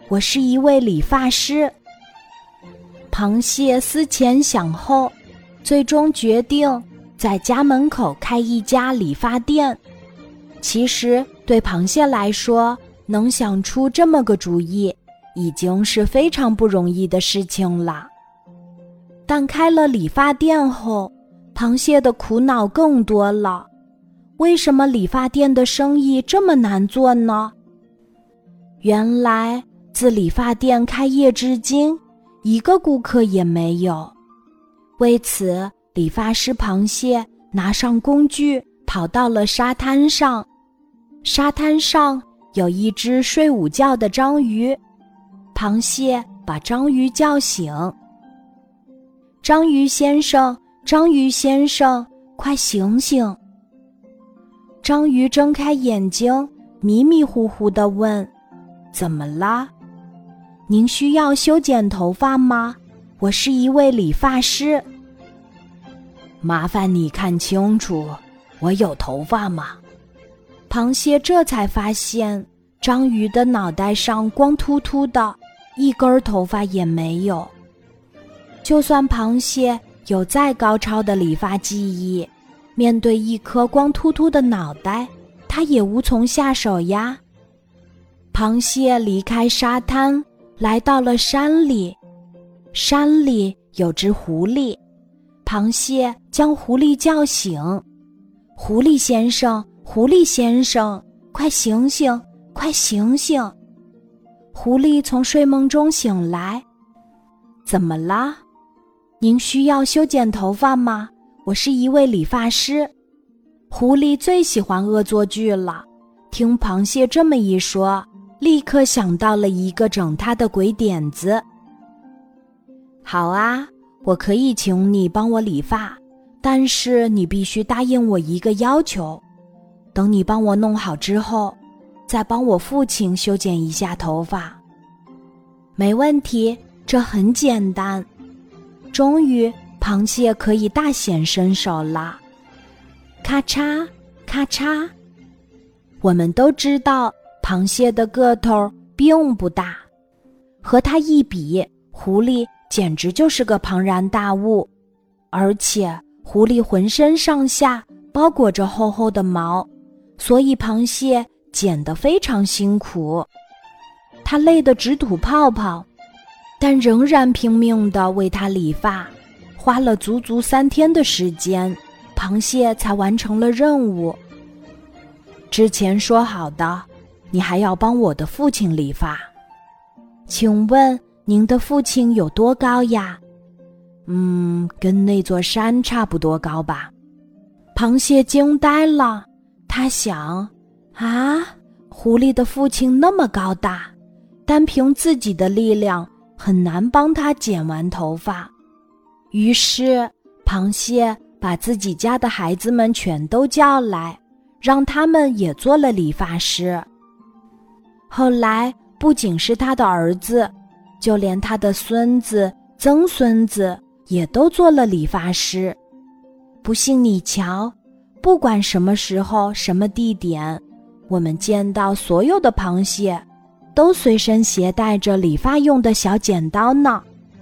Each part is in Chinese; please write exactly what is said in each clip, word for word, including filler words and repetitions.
我是一位理发师。螃蟹思前想后，最终决定在家门口开一家理发店。其实对螃蟹来说，能想出这么个主意，已经是非常不容易的事情了。但开了理发店后，螃蟹的苦恼更多了。为什么理发店的生意这么难做呢？原来自理发店开业至今，一个顾客也没有。为此，理发师螃蟹拿上工具，跑到了沙滩上。沙滩上有一只睡午觉的章鱼，螃蟹把章鱼叫醒。章鱼先生，章鱼先生，快醒醒！章鱼睁开眼睛，迷迷糊糊地问：怎么啦？您需要修剪头发吗？我是一位理发师。麻烦你看清楚，我有头发吗？螃蟹这才发现，章鱼的脑袋上光秃秃的，一根头发也没有。就算螃蟹有再高超的理发技艺，面对一颗光秃秃的脑袋，它也无从下手呀。螃蟹离开沙滩，来到了山里。山里有只狐狸，螃蟹将狐狸叫醒。狐狸先生，狐狸先生，快醒醒，快醒醒！狐狸从睡梦中醒来。怎么啦？您需要修剪头发吗？我是一位理发师。狐狸最喜欢恶作剧了，听螃蟹这么一说，立刻想到了一个整他的鬼点子。好啊，我可以请你帮我理发，但是你必须答应我一个要求。等你帮我弄好之后，再帮我父亲修剪一下头发。没问题，这很简单。终于，螃蟹可以大显身手了。咔嚓，咔嚓。我们都知道，螃蟹的个头并不大，和它一比，狐狸简直就是个庞然大物。而且，狐狸浑身上下包裹着厚厚的毛，所以螃蟹剪得非常辛苦。它累得直吐泡泡，但仍然拼命地为它理发，花了足足三天的时间，螃蟹才完成了任务。之前说好的，你还要帮我的父亲理发。请问您的父亲有多高呀？嗯，跟那座山差不多高吧。螃蟹惊呆了，他想，啊，狐狸的父亲那么高大，单凭自己的力量很难帮他剪完头发。于是螃蟹把自己家的孩子们全都叫来，让他们也做了理发师。后来不仅是他的儿子，就连他的孙子、曾孙子也都做了理发师。不信你瞧，不管什么时候、什么地点，我们见到所有的螃蟹都随身携带着理发用的小剪刀呢。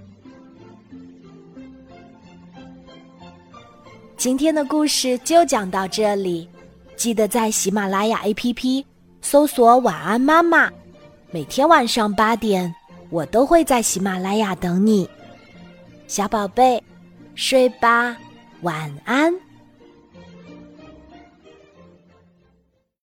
今天的故事就讲到这里，记得在喜马拉雅 A P P 搜索晚安妈妈，每天晚上八点，我都会在喜马拉雅等你。小宝贝，睡吧，晚安。